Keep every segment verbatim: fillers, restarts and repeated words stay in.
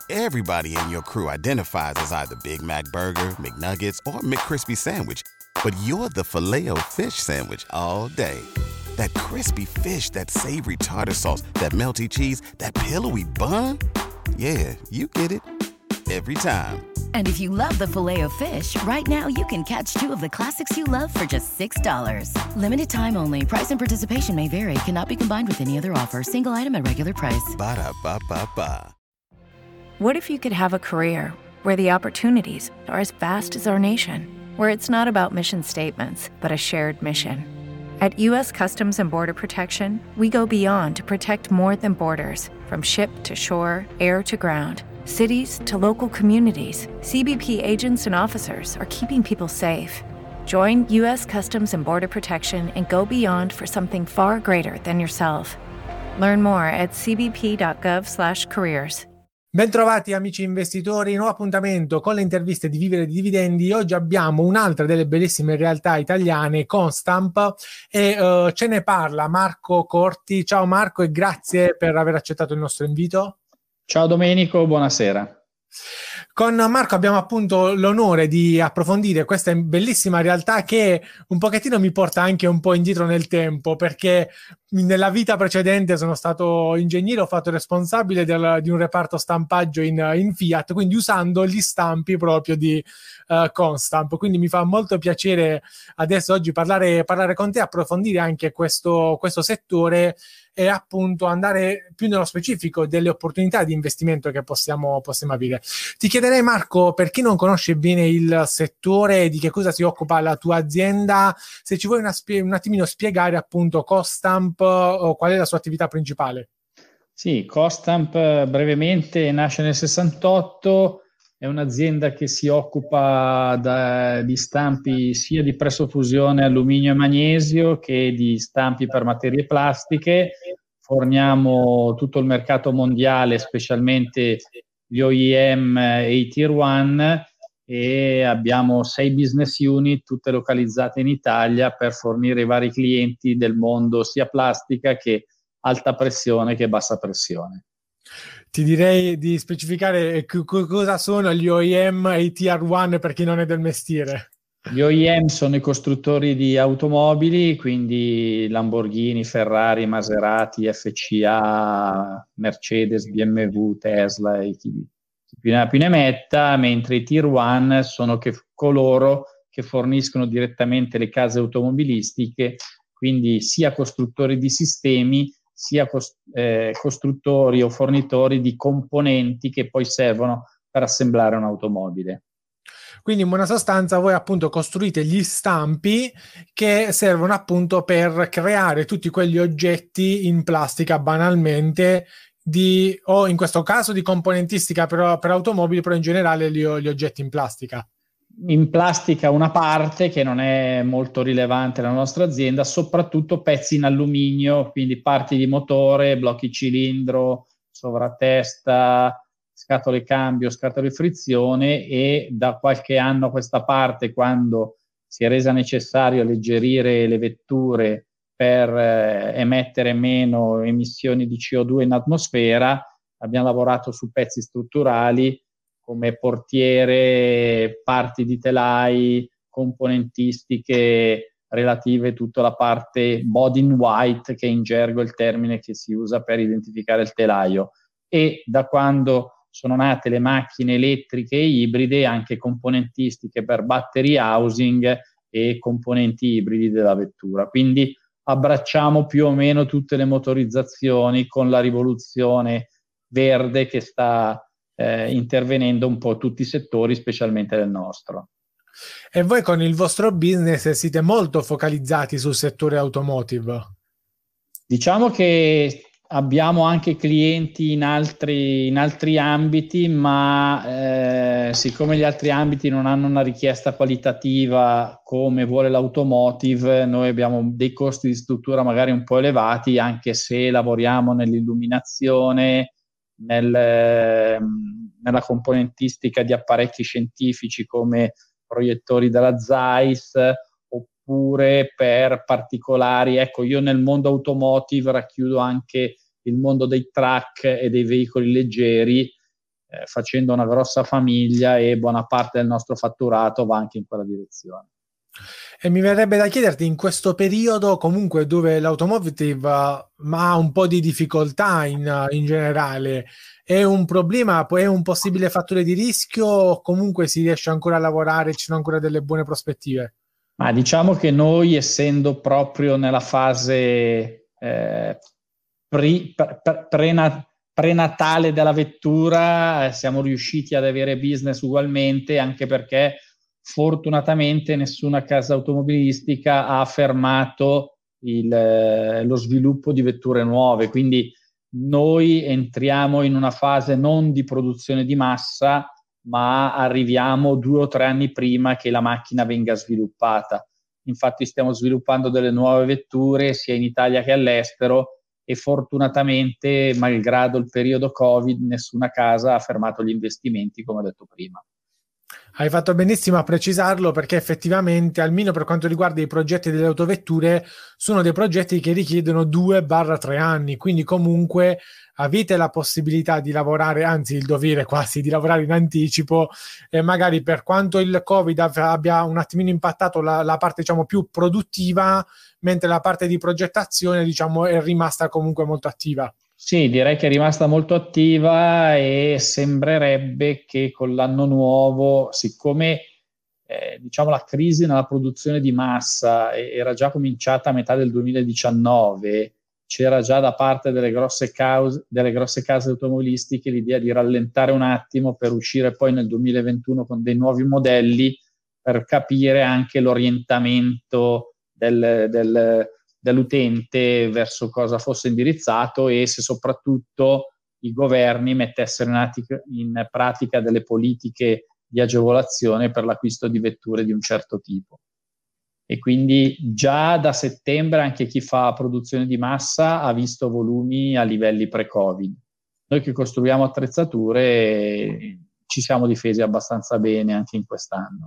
Everybody in your crew identifies as either Big Mac Burger, McNuggets, or McCrispy Sandwich. But you're the Filet-O-Fish Sandwich all day. That crispy fish, that savory tartar sauce, that melty cheese, that pillowy bun. Yeah, you get it. Every time. And if you love the Filet-O-Fish, right now you can catch two of the classics you love for just six dollars. Limited time only. Price and participation may vary. Cannot be combined with any other offer. Single item at regular price. Ba-da-ba-ba-ba. What if you could have a career where the opportunities are as vast as our nation, where it's not about mission statements, but a shared mission? At U S Customs and Border Protection, we go beyond to protect more than borders. From ship to shore, air to ground, cities to local communities, C B P agents and officers are keeping people safe. Join U S Customs and Border Protection and go beyond for something far greater than yourself. Learn more at c b p dot gov slash careers. Bentrovati amici investitori, nuovo appuntamento con le interviste di Vivere di Dividendi. Oggi abbiamo un'altra delle bellissime realtà italiane, Constamp, e uh, ce ne parla Marco Corti. Ciao Marco e grazie per aver accettato il nostro invito. Ciao Domenico, buonasera. Con Marco abbiamo appunto l'onore di approfondire questa bellissima realtà che un pochettino mi porta anche un po' indietro nel tempo, perché nella vita precedente sono stato ingegnere, ho fatto responsabile del, di un reparto stampaggio in, in Fiat, quindi usando gli stampi proprio di uh, Constamp. Quindi mi fa molto piacere adesso oggi parlare, parlare con te, approfondire anche questo, questo settore e appunto andare più nello specifico delle opportunità di investimento che possiamo, possiamo avere. Ti chiederei Marco, per chi non conosce bene il settore, di che cosa si occupa la tua azienda, se ci vuoi una spie- un attimino spiegare appunto Constamp o qual è la sua attività principale. Sì, Constamp brevemente nasce nel sessantotto, è un'azienda che si occupa da, di stampi sia di pressofusione alluminio e magnesio che di stampi per materie plastiche. Forniamo tutto il mercato mondiale, specialmente gli O E M e i Tier One, e abbiamo sei business unit tutte localizzate in Italia per fornire i vari clienti del mondo sia plastica che alta pressione che bassa pressione. Ti direi di specificare c- cosa sono gli O E M e i Tier One per chi non è del mestiere. Gli O E M sono i costruttori di automobili, quindi Lamborghini, Ferrari, Maserati, F C A, Mercedes, B M W, Tesla e chi, chi più ne ha più ne metta, mentre i Tier One sono che, coloro che forniscono direttamente le case automobilistiche, quindi sia costruttori di sistemi sia cost- eh, costruttori o fornitori di componenti che poi servono per assemblare un'automobile. Quindi in buona sostanza voi appunto costruite gli stampi che servono appunto per creare tutti quegli oggetti in plastica banalmente di, o in questo caso di componentistica per, per automobili, però in generale gli, gli oggetti in plastica. In plastica una parte che non è molto rilevante nella nostra azienda, soprattutto pezzi in alluminio, quindi parti di motore, blocchi cilindro, sovratesta, scatole cambio, scatole frizione, e da qualche anno a questa parte, quando si è resa necessario alleggerire le vetture per eh, emettere meno emissioni di C O due in atmosfera, abbiamo lavorato su pezzi strutturali come portiere, parti di telai, componentistiche relative a tutta la parte body in white, che in gergo è il termine che si usa per identificare il telaio. E da quando sono nate le macchine elettriche e ibride, anche componentistiche per battery housing e componenti ibridi della vettura. Quindi abbracciamo più o meno tutte le motorizzazioni con la rivoluzione verde che sta Eh, intervenendo un po' tutti i settori, specialmente del nostro. E voi con il vostro business siete molto focalizzati sul settore automotive? Diciamo che abbiamo anche clienti in altri, in altri ambiti, ma eh, siccome gli altri ambiti non hanno una richiesta qualitativa come vuole l'automotive, noi abbiamo dei costi di struttura magari un po' elevati, anche se lavoriamo nell'illuminazione, Nel, nella componentistica di apparecchi scientifici come proiettori della Zeiss, oppure per particolari, ecco, io nel mondo automotive racchiudo anche il mondo dei truck e dei veicoli leggeri, eh, facendo una grossa famiglia, e buona parte del nostro fatturato va anche in quella direzione. E mi verrebbe da chiederti, in questo periodo comunque dove l'automotive uh, ha un po' di difficoltà in, uh, in generale, è un problema, è un possibile fattore di rischio, o comunque si riesce ancora a lavorare, ci sono ancora delle buone prospettive? Ma diciamo che noi, essendo proprio nella fase eh, pre, pre, pre, prenatale della vettura, siamo riusciti ad avere business ugualmente, anche perché fortunatamente nessuna casa automobilistica ha fermato il, lo sviluppo di vetture nuove, quindi noi entriamo in una fase non di produzione di massa, ma arriviamo due o tre anni prima che la macchina venga sviluppata. Infatti stiamo sviluppando delle nuove vetture sia in Italia che all'estero, e fortunatamente, malgrado il periodo Covid, nessuna casa ha fermato gli investimenti, come ho detto prima. Hai fatto benissimo a precisarlo, perché effettivamente, almeno per quanto riguarda i progetti delle autovetture, sono dei progetti che richiedono due barra tre anni, quindi comunque avete la possibilità di lavorare, anzi il dovere quasi di lavorare in anticipo, e magari per quanto il Covid abbia un attimino impattato la, la parte diciamo più produttiva, mentre la parte di progettazione diciamo è rimasta comunque molto attiva. Sì, direi che è rimasta molto attiva, e sembrerebbe che con l'anno nuovo, siccome eh, diciamo la crisi nella produzione di massa era già cominciata a metà del duemiladiciannove, c'era già da parte delle grosse, cause, delle grosse case automobilistiche l'idea di rallentare un attimo per uscire poi nel duemilaventuno con dei nuovi modelli, per capire anche l'orientamento del, del dell'utente verso cosa fosse indirizzato, e se soprattutto i governi mettessero in, atica, in pratica delle politiche di agevolazione per l'acquisto di vetture di un certo tipo. E quindi già da settembre anche chi fa produzione di massa ha visto volumi a livelli pre-Covid. Noi che costruiamo attrezzature ci siamo difesi abbastanza bene anche in quest'anno.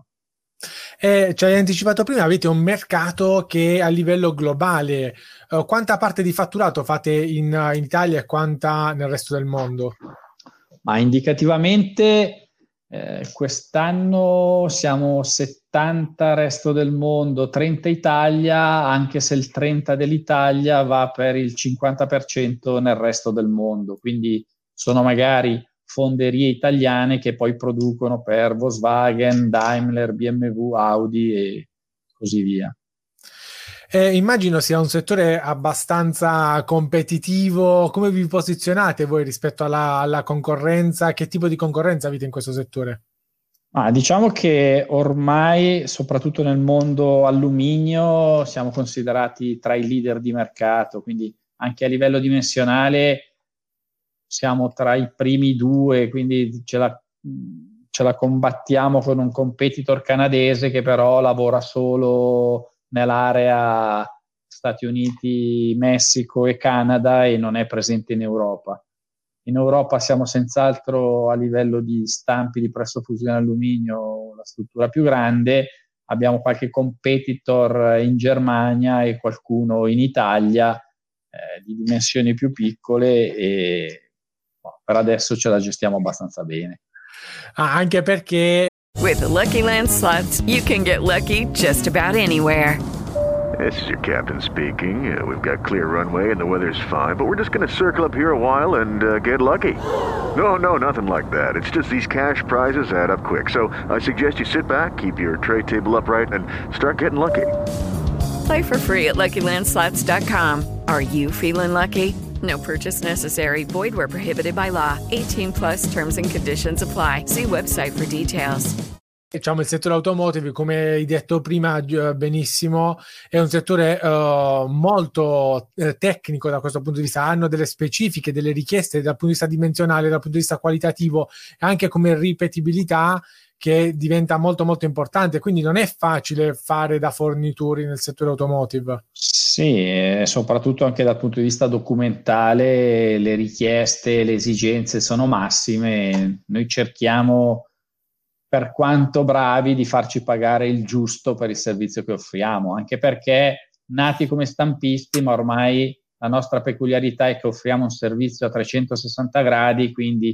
Eh, ci hai anticipato prima, avete un mercato che a livello globale, uh, quanta parte di fatturato fate in, in Italia e quanta nel resto del mondo? Ma indicativamente eh, quest'anno siamo settanta resto del mondo, trenta Italia, anche se il trenta dell'Italia va per il cinquanta per cento nel resto del mondo, quindi sono magari fonderie italiane che poi producono per Volkswagen, Daimler, B M W, Audi e così via. Eh, immagino sia un settore abbastanza competitivo. Come vi posizionate voi rispetto alla, alla concorrenza? Che tipo di concorrenza avete in questo settore? Ah, diciamo che ormai, soprattutto nel mondo alluminio, siamo considerati tra i leader di mercato, quindi anche a livello dimensionale siamo tra i primi due, quindi ce la, ce la combattiamo con un competitor canadese che però lavora solo nell'area Stati Uniti, Messico e Canada e non è presente in Europa. In Europa siamo senz'altro a livello di stampi di presso-fusione alluminio la struttura più grande, abbiamo qualche competitor in Germania e qualcuno in Italia eh, di dimensioni più piccole, e per adesso ce la gestiamo abbastanza bene. Ah, anche perché With the Lucky Land Slots, you can get lucky just about anywhere. This is your captain speaking. Uh, we've got clear runway and the weather's fine, but we're just going to circle up here a while and uh, get lucky. No, no, nothing like that. It's just these cash prizes add up quick. So I suggest you sit back, keep your tray table upright, and start getting lucky. Play for free at Lucky Land Slots dot com. Are you feeling lucky? No purchase necessary. Void where prohibited by law. eighteen plus terms and conditions apply. See website for details. Diciamo, il settore automotive, come hai detto prima benissimo, è un settore uh, molto eh, tecnico da questo punto di vista. Hanno delle specifiche, delle richieste dal punto di vista dimensionale, dal punto di vista qualitativo e anche come ripetibilità, che diventa molto molto importante, quindi non è facile fare da fornitori nel settore automotive. Sì, e soprattutto anche dal punto di vista documentale le richieste, le esigenze sono massime. Noi cerchiamo, per quanto bravi, di farci pagare il giusto per il servizio che offriamo, anche perché nati come stampisti, ma ormai la nostra peculiarità è che offriamo un servizio a trecentosessanta gradi, quindi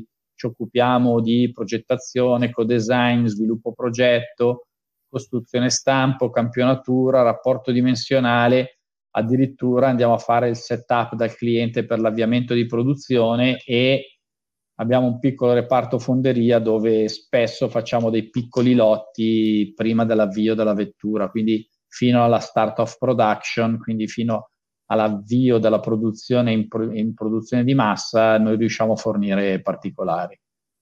ci occupiamo di progettazione, co-design, sviluppo progetto, costruzione stampo, campionatura, rapporto dimensionale, addirittura andiamo a fare il setup dal cliente per l'avviamento di produzione e abbiamo un piccolo reparto fonderia dove spesso facciamo dei piccoli lotti prima dell'avvio della vettura, quindi fino alla start of production, quindi fino all'avvio della produzione in, pro- in produzione di massa, noi riusciamo a fornire particolari.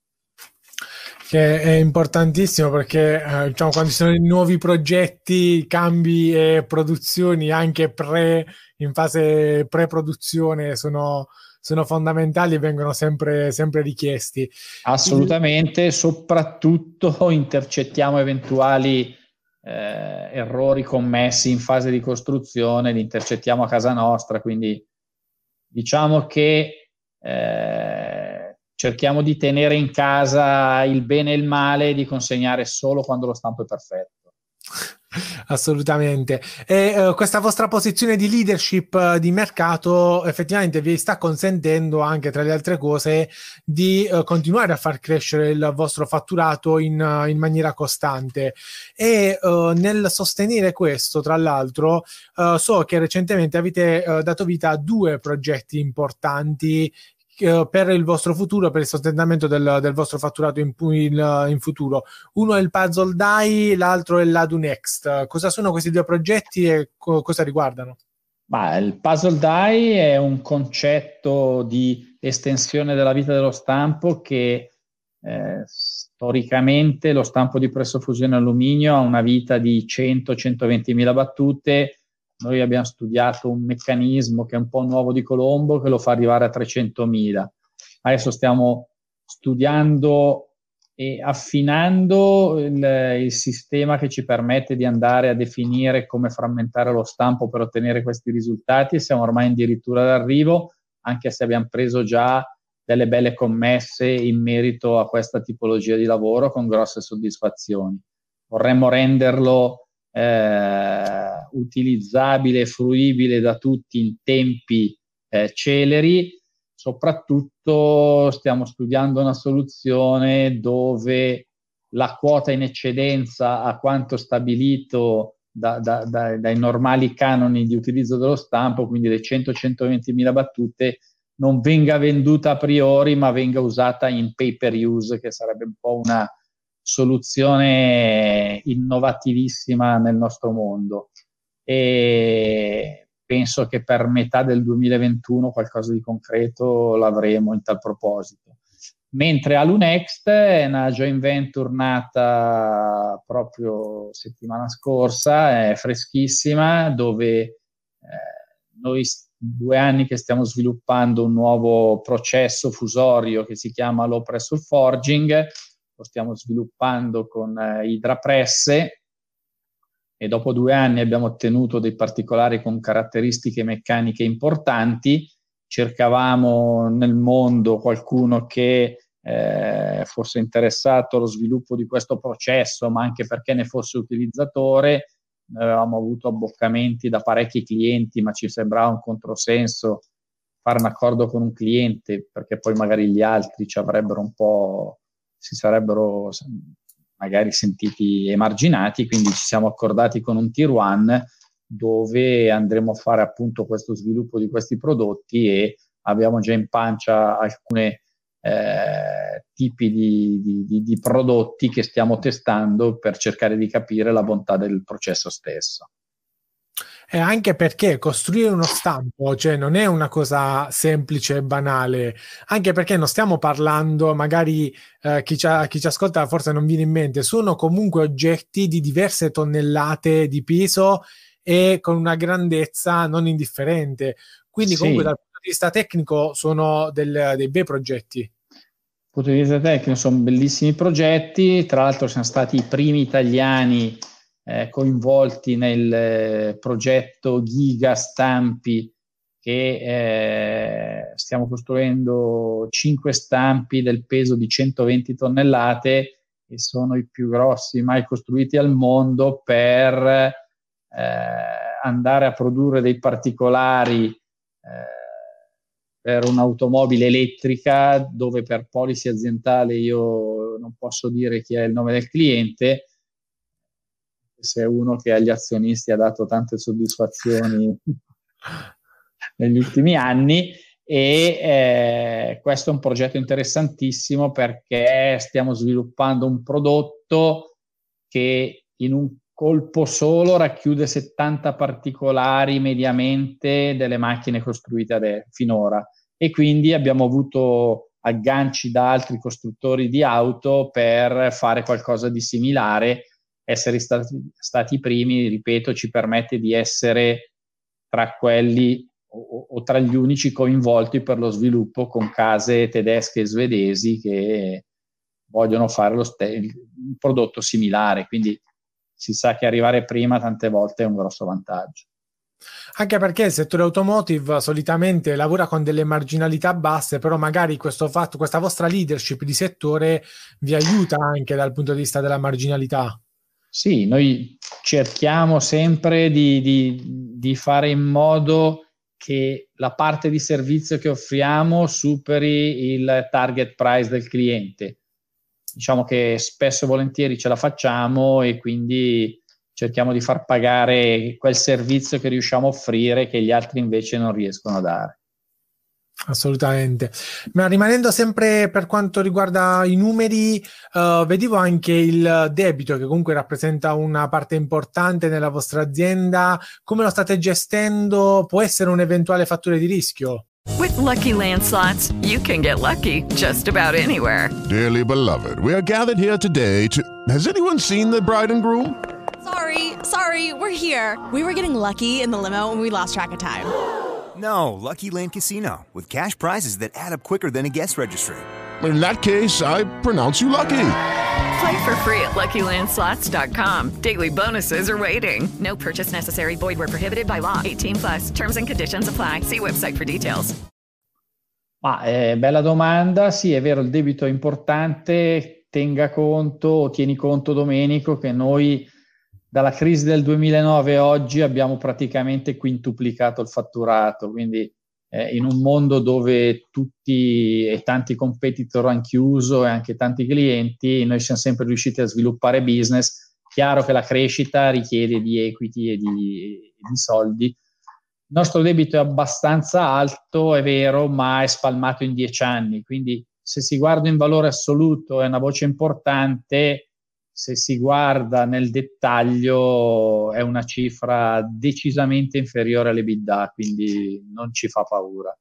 Che è importantissimo perché eh, diciamo, quando ci sono nuovi progetti, cambi e produzioni anche pre, in fase pre-produzione sono, sono fondamentali e vengono sempre, sempre richiesti. Assolutamente, Il... soprattutto intercettiamo eventuali eh, errori commessi in fase di costruzione, li intercettiamo a casa nostra, quindi diciamo che eh, cerchiamo di tenere in casa il bene e il male e di consegnare solo quando lo stampo è perfetto. Assolutamente. E uh, questa vostra posizione di leadership uh, di mercato effettivamente vi sta consentendo anche, tra le altre cose, di uh, continuare a far crescere il vostro fatturato in, uh, in maniera costante. E uh, nel sostenere questo, tra l'altro, uh, so che recentemente avete uh, dato vita a due progetti importanti per il vostro futuro, per il sostentamento del, del vostro fatturato in, in, in futuro. Uno è il Puzzle Die, l'altro è l'Adu Next. Cosa sono questi due progetti e co- cosa riguardano? Ma il Puzzle Die è un concetto di estensione della vita dello stampo che eh, storicamente lo stampo di presso fusione alluminio ha una vita di cento centoventi mila battute. Noi abbiamo studiato un meccanismo che è un po' nuovo di Colombo, che lo fa arrivare a trecentomila. Adesso stiamo studiando e affinando il, il sistema che ci permette di andare a definire come frammentare lo stampo per ottenere questi risultati. Siamo ormai addirittura d'arrivo, anche se abbiamo preso già delle belle commesse in merito a questa tipologia di lavoro con grosse soddisfazioni. Vorremmo renderlo Eh, utilizzabile e fruibile da tutti in tempi eh, celeri. Soprattutto stiamo studiando una soluzione dove la quota in eccedenza a quanto stabilito da, da, da, dai normali canoni di utilizzo dello stampo, quindi le cento centoventi mila battute, non venga venduta a priori ma venga usata in pay per use, che sarebbe un po' una soluzione innovativissima nel nostro mondo, e penso che per metà del duemilaventuno qualcosa di concreto l'avremo in tal proposito. Mentre Alunext è una joint venture nata proprio settimana scorsa, è freschissima, dove eh, noi due anni che stiamo sviluppando un nuovo processo fusorio che si chiama low pressure forging. Lo stiamo sviluppando con eh, idrapresse e dopo due anni abbiamo ottenuto dei particolari con caratteristiche meccaniche importanti. Cercavamo nel mondo qualcuno che eh, fosse interessato allo sviluppo di questo processo, ma anche perché ne fosse utilizzatore. Avevamo avuto abboccamenti da parecchi clienti, ma ci sembrava un controsenso fare un accordo con un cliente, perché poi magari gli altri ci avrebbero un po'... si sarebbero magari sentiti emarginati, quindi ci siamo accordati con un tier one dove andremo a fare appunto questo sviluppo di questi prodotti, e abbiamo già in pancia alcune eh, tipi di, di, di prodotti che stiamo testando per cercare di capire la bontà del processo stesso. E anche perché costruire uno stampo, cioè, non è una cosa semplice e banale, anche perché non stiamo parlando, magari eh, chi, ci, chi ci ascolta forse non viene in mente, sono comunque oggetti di diverse tonnellate di peso e con una grandezza non indifferente, quindi comunque sì, dal punto di vista tecnico sono del, dei bei progetti. Dal punto di vista tecnico sono bellissimi progetti, tra l'altro siamo stati i primi italiani Eh, coinvolti nel eh, progetto Giga Stampi, che eh, stiamo costruendo cinque stampi del peso di centoventi tonnellate e sono i più grossi mai costruiti al mondo per eh, andare a produrre dei particolari eh, per un'automobile elettrica, dove per policy aziendale io non posso dire chi è il nome del cliente, se è uno che agli azionisti ha dato tante soddisfazioni negli ultimi anni. E eh, questo è un progetto interessantissimo, perché stiamo sviluppando un prodotto che in un colpo solo racchiude settanta particolari mediamente delle macchine costruite ad, finora, e quindi abbiamo avuto agganci da altri costruttori di auto per fare qualcosa di similare. Essere stati, stati primi, ripeto, ci permette di essere tra quelli o, o tra gli unici coinvolti per lo sviluppo, con case tedesche e svedesi che vogliono fare lo st- un prodotto similare, quindi si sa che arrivare prima tante volte è un grosso vantaggio. Anche perché il settore automotive solitamente lavora con delle marginalità basse, però magari questo fatto, questa vostra leadership di settore vi aiuta anche dal punto di vista della marginalità. Sì, noi cerchiamo sempre di, di, di fare in modo che la parte di servizio che offriamo superi il target price del cliente. Diciamo che spesso e volentieri ce la facciamo, e quindi cerchiamo di far pagare quel servizio che riusciamo a offrire, che gli altri invece non riescono a dare. Assolutamente. Ma rimanendo sempre per quanto riguarda i numeri, uh, vedevo anche il debito, che comunque rappresenta una parte importante nella vostra azienda. Come lo state gestendo? Può essere un eventuale fattore di rischio? With Lucky Land Slots, you can get lucky just about anywhere. Dearly beloved, we are gathered here today to... Has anyone seen the bride and groom? Sorry, sorry, we're here. We were getting lucky in the limo and we lost track of time. No, Lucky Land Casino, with cash prizes that add up quicker than a guest registry. In that case, I pronounce you lucky. Play for free at lucky land slots dot com. Daily bonuses are waiting. No purchase necessary. Void where prohibited by law. eighteen plus. Terms and conditions apply. See website for details. Ma eh, bella domanda. Sì, è vero, il debito è importante. Tenga conto, tieni conto, Domenico, che noi dalla crisi del duemilanove a oggi abbiamo praticamente quintuplicato il fatturato, quindi eh, in un mondo dove tutti e tanti competitor hanno chiuso e anche tanti clienti, noi siamo sempre riusciti a sviluppare business. Chiaro che la crescita richiede di equity e di, di soldi. Il nostro debito è abbastanza alto, è vero, ma è spalmato in dieci anni, quindi se si guarda in valore assoluto è una voce importante. Se si guarda nel dettaglio è una cifra decisamente inferiore all'EBITDA, quindi non ci fa paura.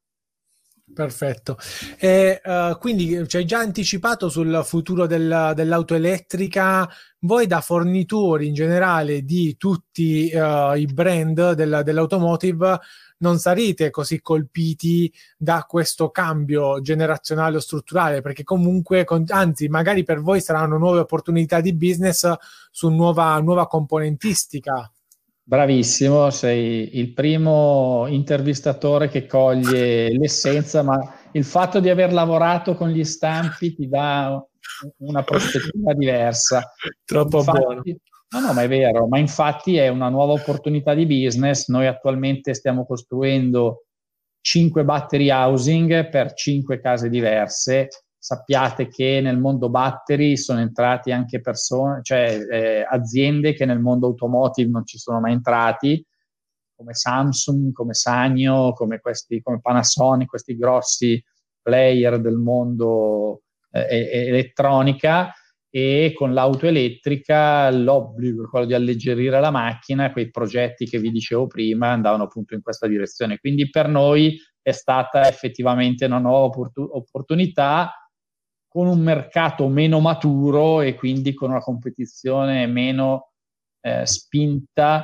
Perfetto. E, uh, quindi ci hai già anticipato sul futuro del, dell'auto elettrica. Voi da fornitori in generale di tutti uh, i brand del, dell'automotive non sarete così colpiti da questo cambio generazionale o strutturale, perché comunque, con, anzi magari per voi saranno nuove opportunità di business su nuova, nuova componentistica. Bravissimo, sei il primo intervistatore che coglie l'essenza, ma il fatto di aver lavorato con gli stampi ti dà una prospettiva diversa. Troppo infatti, buono. No, no, ma è vero, ma infatti è una nuova opportunità di business. Noi attualmente stiamo costruendo cinque battery housing per cinque case diverse. Sappiate che nel mondo battery sono entrati anche persone, cioè eh, aziende che nel mondo automotive non ci sono mai entrati, come Samsung, come Sanyo, come, questi, come Panasonic, questi grossi player del mondo eh, elettronica. E con l'auto elettrica l'obbligo è quello di alleggerire la macchina. Quei progetti che vi dicevo prima andavano appunto in questa direzione, quindi per noi è stata effettivamente una nuova opportun- opportunità con un mercato meno maturo e quindi con una competizione meno eh, spinta,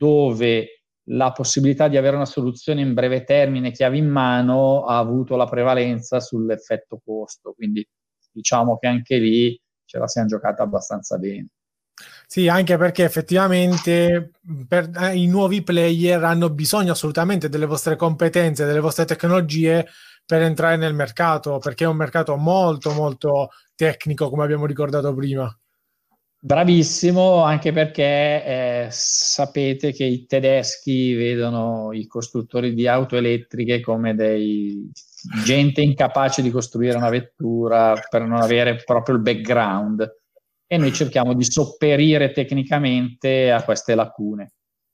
dove la possibilità di avere una soluzione in breve termine, chiave in mano, ha avuto la prevalenza sull'effetto costo, quindi diciamo che anche lì ce la siamo giocata abbastanza bene. Sì, anche perché effettivamente per, eh, i nuovi player hanno bisogno assolutamente delle vostre competenze, delle vostre tecnologie per entrare nel mercato, perché è un mercato molto molto tecnico, come abbiamo ricordato prima. Bravissimo, anche perché eh, sapete che i tedeschi vedono i costruttori di auto elettriche come dei, gente incapace di costruire una vettura per non avere proprio il background, e noi cerchiamo di sopperire tecnicamente a queste lacune.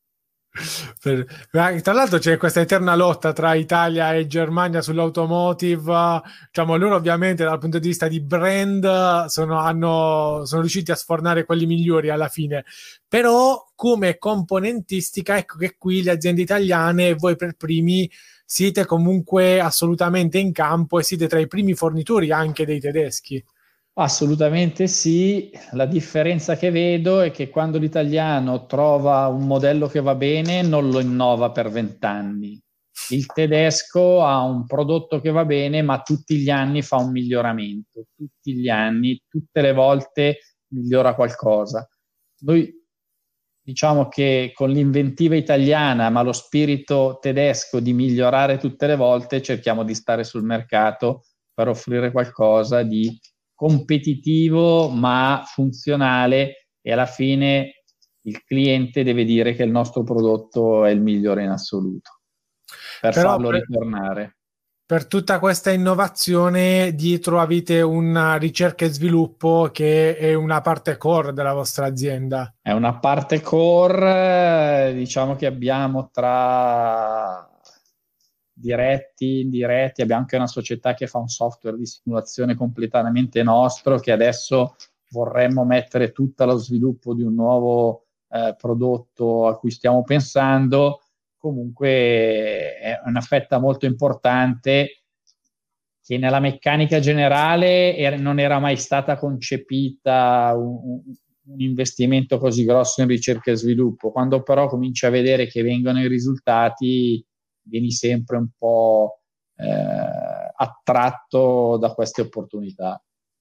Per, tra l'altro c'è questa eterna lotta tra Italia e Germania sull'automotive, diciamo loro ovviamente dal punto di vista di brand sono, hanno, sono riusciti a sfornare quelli migliori alla fine, però come componentistica ecco che qui le aziende italiane, voi per primi, siete comunque assolutamente in campo e siete tra i primi fornitori anche dei tedeschi. Assolutamente sì, la differenza che vedo è che quando l'italiano trova un modello che va bene non lo innova per vent'anni. Il tedesco ha un prodotto che va bene ma tutti gli anni fa un miglioramento, tutti gli anni, tutte le volte migliora qualcosa. Noi diciamo che con l'inventiva italiana ma lo spirito tedesco di migliorare tutte le volte cerchiamo di stare sul mercato per offrire qualcosa di competitivo ma funzionale, e alla fine il cliente deve dire che il nostro prodotto è il migliore in assoluto per Però farlo per, ritornare. Per tutta questa innovazione dietro avete una ricerca e sviluppo che è una parte core della vostra azienda. È una parte core, diciamo che abbiamo tra diretti, indiretti, abbiamo anche una società che fa un software di simulazione completamente nostro, che adesso vorremmo mettere tutto lo sviluppo di un nuovo eh, prodotto a cui stiamo pensando. Comunque è una fetta molto importante che nella meccanica generale era, non era mai stata concepita un, un investimento così grosso in ricerca e sviluppo. Quando però cominci a vedere che vengono i risultati, vieni sempre un po' eh, attratto da queste opportunità.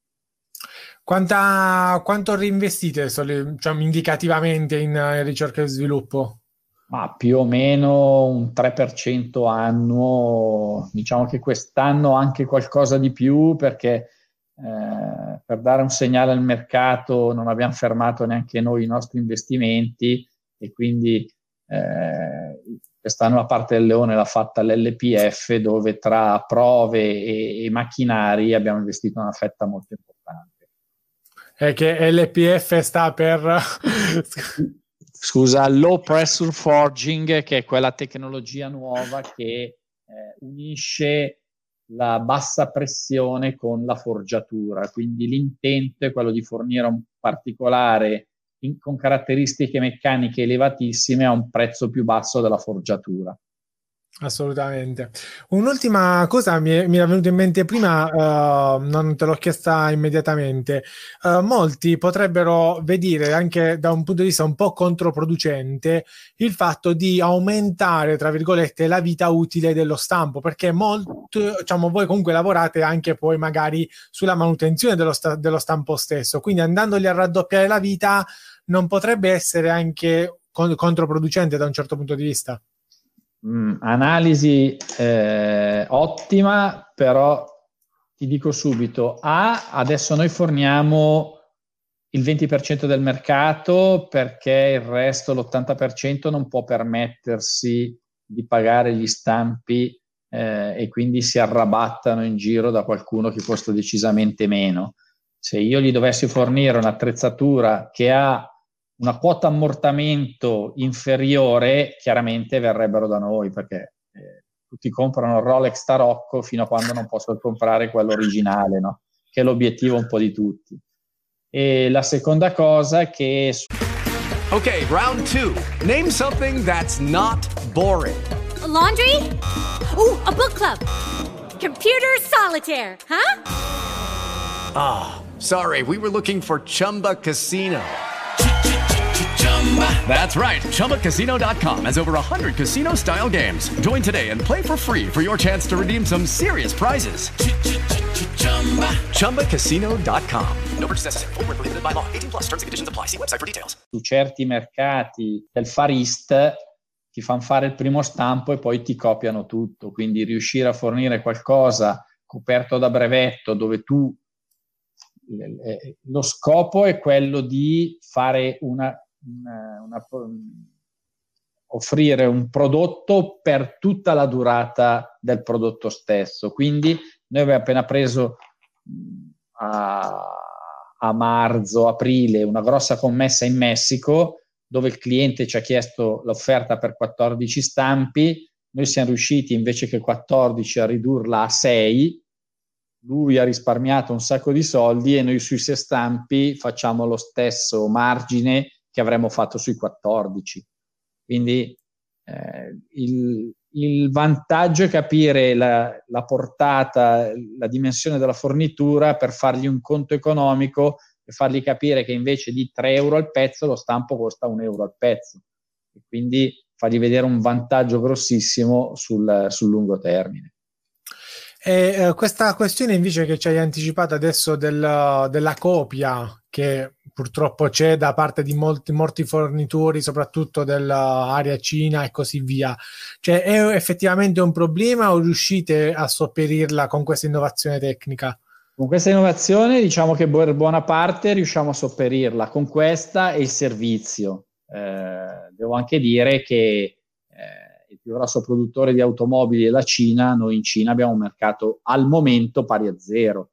Quanta, quanto reinvestite diciamo, indicativamente in, in ricerca e sviluppo? Ma più o meno un tre per cento annuo, diciamo che quest'anno anche qualcosa di più, perché eh, per dare un segnale al mercato non abbiamo fermato neanche noi i nostri investimenti, e quindi eh, quest'anno la parte del leone l'ha fatta l'L P F, dove tra prove e, e macchinari abbiamo investito una fetta molto importante. È che L P F sta per... Scusa, Low Pressure Forging, che è quella tecnologia nuova che eh, unisce la bassa pressione con la forgiatura. Quindi l'intento è quello di fornire un particolare in, con caratteristiche meccaniche elevatissime a un prezzo più basso della forgiatura. Assolutamente. Un'ultima cosa mi, è, mi era venuta in mente prima, uh, non te l'ho chiesta immediatamente. Uh, molti potrebbero vedere anche da un punto di vista un po' controproducente il fatto di aumentare, tra virgolette, la vita utile dello stampo, perché molto, diciamo, voi comunque lavorate anche poi magari sulla manutenzione dello, sta- dello stampo stesso, quindi andandogli a raddoppiare la vita non potrebbe essere anche con- controproducente da un certo punto di vista? Mm, analisi eh, ottima, però ti dico subito, A, adesso noi forniamo il venti per cento del mercato perché il resto, l'ottanta per cento, non può permettersi di pagare gli stampi eh, e quindi si arrabattano in giro da qualcuno che costa decisamente meno. Se io gli dovessi fornire un'attrezzatura che ha una quota ammortamento inferiore, chiaramente verrebbero da noi, perché eh, tutti comprano il Rolex Tarocco fino a quando non possono comprare quello originale, no? Che è l'obiettivo un po' di tutti. E la seconda cosa è che... Ok, round two. Name something that's not boring. A laundry? Ooh, a book club. Computer solitaire, huh? Ah, oh, sorry, we were looking for Chumba Casino. That's right. Chumba Casino dot com has over one hundred casino-style games. Join today and play for free for your chance to redeem some serious prizes. Chumba Casino dot com. No purchase necessary. Void where prohibited by law. eighteen plus. Terms and conditions apply. See website for details. Su certi mercati del Far East ti fanno fare il primo stampo e poi ti copiano tutto. Quindi riuscire a fornire qualcosa coperto da brevetto, dove tu lo scopo è quello di fare una Una, una, offrire un prodotto per tutta la durata del prodotto stesso. Quindi noi abbiamo appena preso a, a marzo, aprile, una grossa commessa in Messico, dove il cliente ci ha chiesto l'offerta per quattordici stampi. Noi siamo riusciti invece che quattordici a ridurla a sei, lui ha risparmiato un sacco di soldi e noi sui sei stampi facciamo lo stesso margine che avremmo fatto sui quattordici. Quindi eh, il, il vantaggio è capire la, la portata, la dimensione della fornitura per fargli un conto economico e fargli capire che invece di tre euro al pezzo lo stampo costa un euro al pezzo. E quindi fargli vedere un vantaggio grossissimo sul, sul lungo termine. E eh, questa questione invece che ci hai anticipato adesso del, della copia che purtroppo c'è da parte di molti, molti fornitori, soprattutto dell'area Cina e così via, cioè è effettivamente un problema o riuscite a sopperirla con questa innovazione tecnica? Con questa innovazione diciamo che per buona parte riusciamo a sopperirla, con questa e il servizio. Eh, devo anche dire che eh, il più grosso produttore di automobili è la Cina. Noi in Cina abbiamo un mercato al momento pari a zero,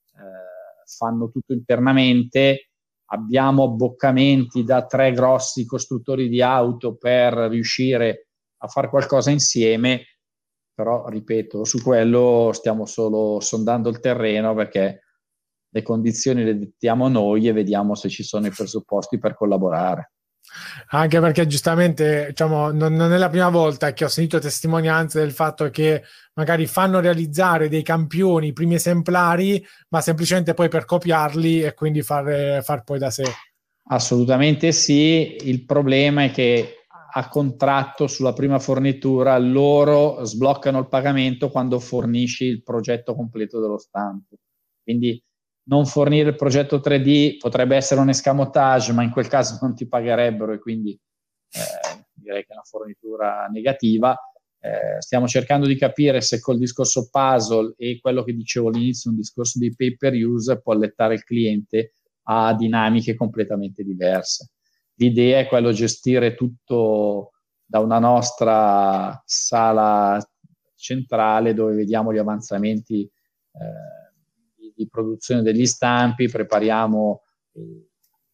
eh, fanno tutto internamente, abbiamo abboccamenti da tre grossi costruttori di auto per riuscire a fare qualcosa insieme, però ripeto, su quello stiamo solo sondando il terreno, perché le condizioni le dettiamo noi e vediamo se ci sono i presupposti per collaborare. Anche perché giustamente, diciamo, non, non è la prima volta che ho sentito testimonianze del fatto che magari fanno realizzare dei campioni, primi esemplari, ma semplicemente poi per copiarli e quindi far, far poi da sé. Assolutamente sì, il problema è che a contratto sulla prima fornitura loro sbloccano il pagamento quando fornisci il progetto completo dello stampo. Quindi non fornire il progetto tre D potrebbe essere un escamotage, ma in quel caso non ti pagherebbero e quindi eh, direi che è una fornitura negativa. Eh, stiamo cercando di capire se col discorso puzzle e quello che dicevo all'inizio, un discorso di pay per use, può allettare il cliente a dinamiche completamente diverse. L'idea è quello di gestire tutto da una nostra sala centrale dove vediamo gli avanzamenti eh, di produzione degli stampi, prepariamo eh,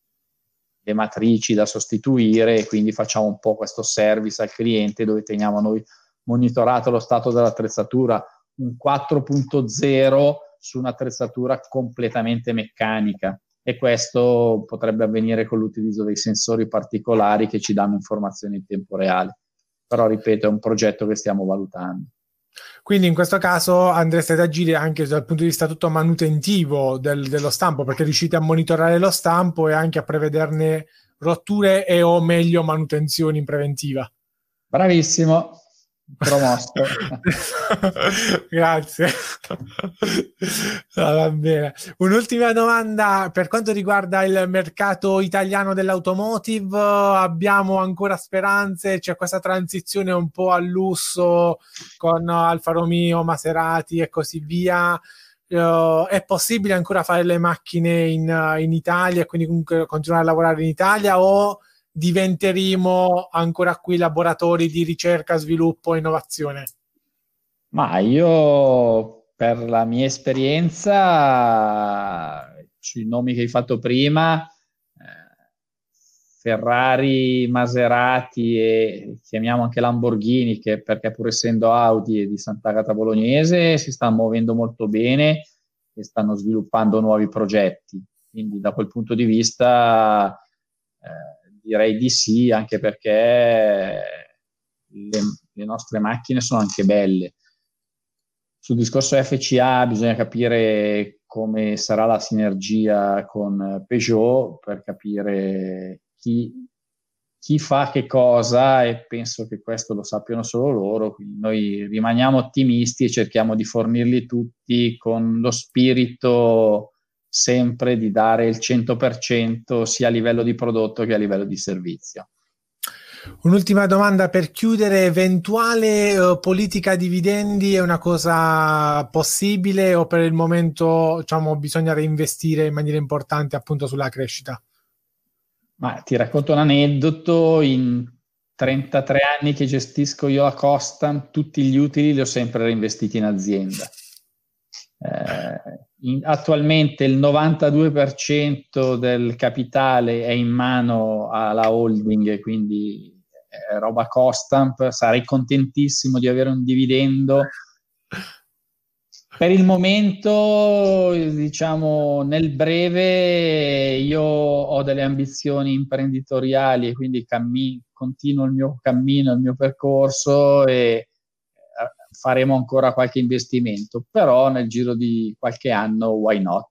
le matrici da sostituire e quindi facciamo un po' questo service al cliente dove teniamo noi monitorato lo stato dell'attrezzatura, un quattro punto zero su un'attrezzatura completamente meccanica, e questo potrebbe avvenire con l'utilizzo dei sensori particolari che ci danno informazioni in tempo reale. Però ripeto, è un progetto che stiamo valutando. Quindi in questo caso andreste ad agire anche dal punto di vista tutto manutentivo del, dello stampo, perché riuscite a monitorare lo stampo e anche a prevederne rotture e o meglio manutenzioni in preventiva. Bravissimo, promosso. Grazie. Ah, va bene. Un'ultima domanda per quanto riguarda il mercato italiano dell'automotive, abbiamo ancora speranze? C'è questa transizione un po' al lusso con Alfa Romeo, Maserati e così via. Uh, è possibile ancora fare le macchine in, in Italia e quindi comunque continuare a lavorare in Italia, o diventeremo ancora qui laboratori di ricerca, sviluppo e innovazione? Ma io, per la mia esperienza, sui nomi che hai fatto prima, eh, Ferrari, Maserati e chiamiamo anche Lamborghini, che perché pur essendo Audi e di Sant'Agata Bolognese si stanno muovendo molto bene e stanno sviluppando nuovi progetti. Quindi da quel punto di vista eh, direi di sì, anche perché le, le nostre macchine sono anche belle. Sul discorso F C A bisogna capire come sarà la sinergia con Peugeot per capire chi, chi fa che cosa, e penso che questo lo sappiano solo loro. Quindi noi rimaniamo ottimisti e cerchiamo di fornirli tutti con lo spirito sempre di dare il cento per cento sia a livello di prodotto che a livello di servizio. Un'ultima domanda per chiudere: eventuale uh, politica dividendi è una cosa possibile o per il momento, diciamo, bisogna reinvestire in maniera importante appunto sulla crescita? Ma ti racconto un aneddoto: in trentatré anni che gestisco io la Costam, tutti gli utili li ho sempre reinvestiti in azienda. Eh, in, attualmente il novantadue per cento del capitale è in mano alla holding, quindi è roba Costamp. Sarei contentissimo di avere un dividendo. Per il momento, diciamo, nel breve io ho delle ambizioni imprenditoriali e quindi cammi- continuo il mio cammino, il mio percorso e faremo ancora qualche investimento, però nel giro di qualche anno, why not?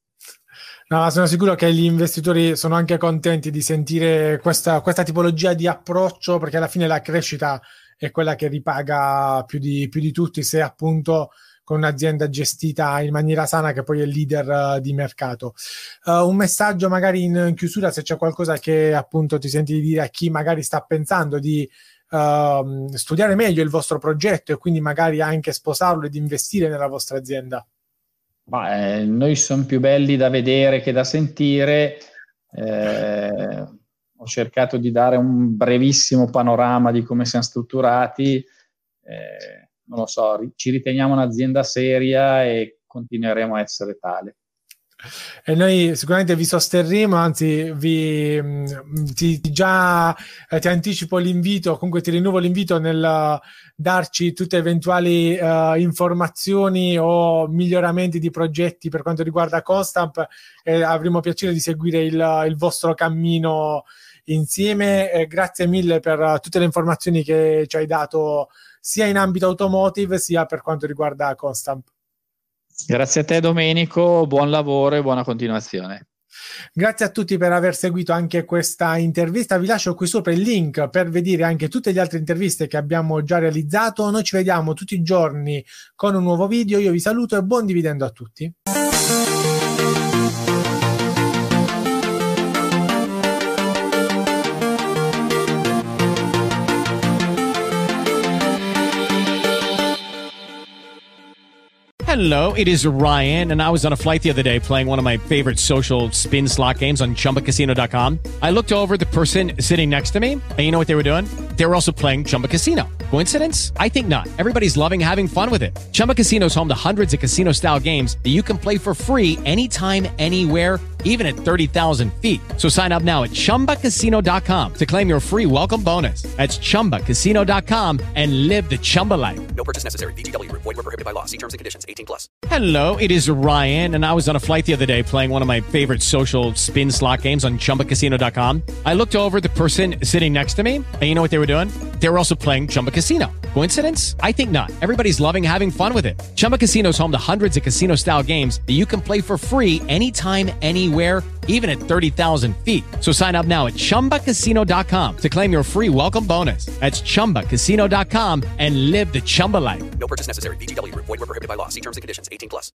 No, sono sicuro che gli investitori sono anche contenti di sentire questa, questa tipologia di approccio, perché alla fine la crescita è quella che ripaga più di, più di tutti, se appunto con un'azienda gestita in maniera sana, che poi è il leader uh, di mercato. Uh, un messaggio magari in, in chiusura, se c'è qualcosa che appunto ti senti di dire a chi magari sta pensando di uh, studiare meglio il vostro progetto e quindi magari anche sposarlo ed investire nella vostra azienda. Ma, eh, noi sono più belli da vedere che da sentire. Eh, ho cercato di dare un brevissimo panorama di come siamo strutturati. Eh, non lo so, ci riteniamo un'azienda seria e continueremo a essere tale. E noi sicuramente vi sosterremo, anzi vi ti, già eh, ti anticipo l'invito, comunque ti rinnovo l'invito nel uh, darci tutte eventuali uh, informazioni o miglioramenti di progetti per quanto riguarda Costamp, e avremo piacere di seguire il, il vostro cammino insieme. Eh, grazie mille per uh, tutte le informazioni che ci hai dato sia in ambito automotive sia per quanto riguarda Costamp. Grazie a te Domenico, buon lavoro e buona continuazione. Grazie a tutti per aver seguito anche questa intervista. Vi lascio qui sopra il link per vedere anche tutte le altre interviste che abbiamo già realizzato. Noi ci vediamo tutti i giorni con un nuovo video. Io vi saluto e buon dividendo a tutti. Hello, it is Ryan, and I was on a flight the other day playing one of my favorite social spin slot games on Chumba Casino dot com. I looked over at the person sitting next to me, and you know what they were doing? They were also playing Chumba Casino. Coincidence? I think not. Everybody's loving having fun with it. Chumba Casino is home to hundreds of casino-style games that you can play for free anytime, anywhere, even at thirty thousand feet. So sign up now at Chumba Casino dot com to claim your free welcome bonus. That's Chumba Casino dot com and live the Chumba life. No purchase necessary. V G W. Void where prohibited by law. See terms and conditions. eighteen plus. Hello, it is Ryan, and I was on a flight the other day playing one of my favorite social spin slot games on Chumba Casino dot com. I looked over at the person sitting next to me, and you know what they were doing? They were also playing Chumba Casino. Coincidence? I think not. Everybody's loving having fun with it. Chumba Casino is home to hundreds of casino-style games that you can play for free anytime, anywhere, even at thirty thousand feet. So sign up now at Chumba Casino dot com to claim your free welcome bonus. That's Chumba Casino dot com and live the Chumba life. No purchase necessary. V G W. Void where prohibited by law. See terms and conditions. eighteen plus.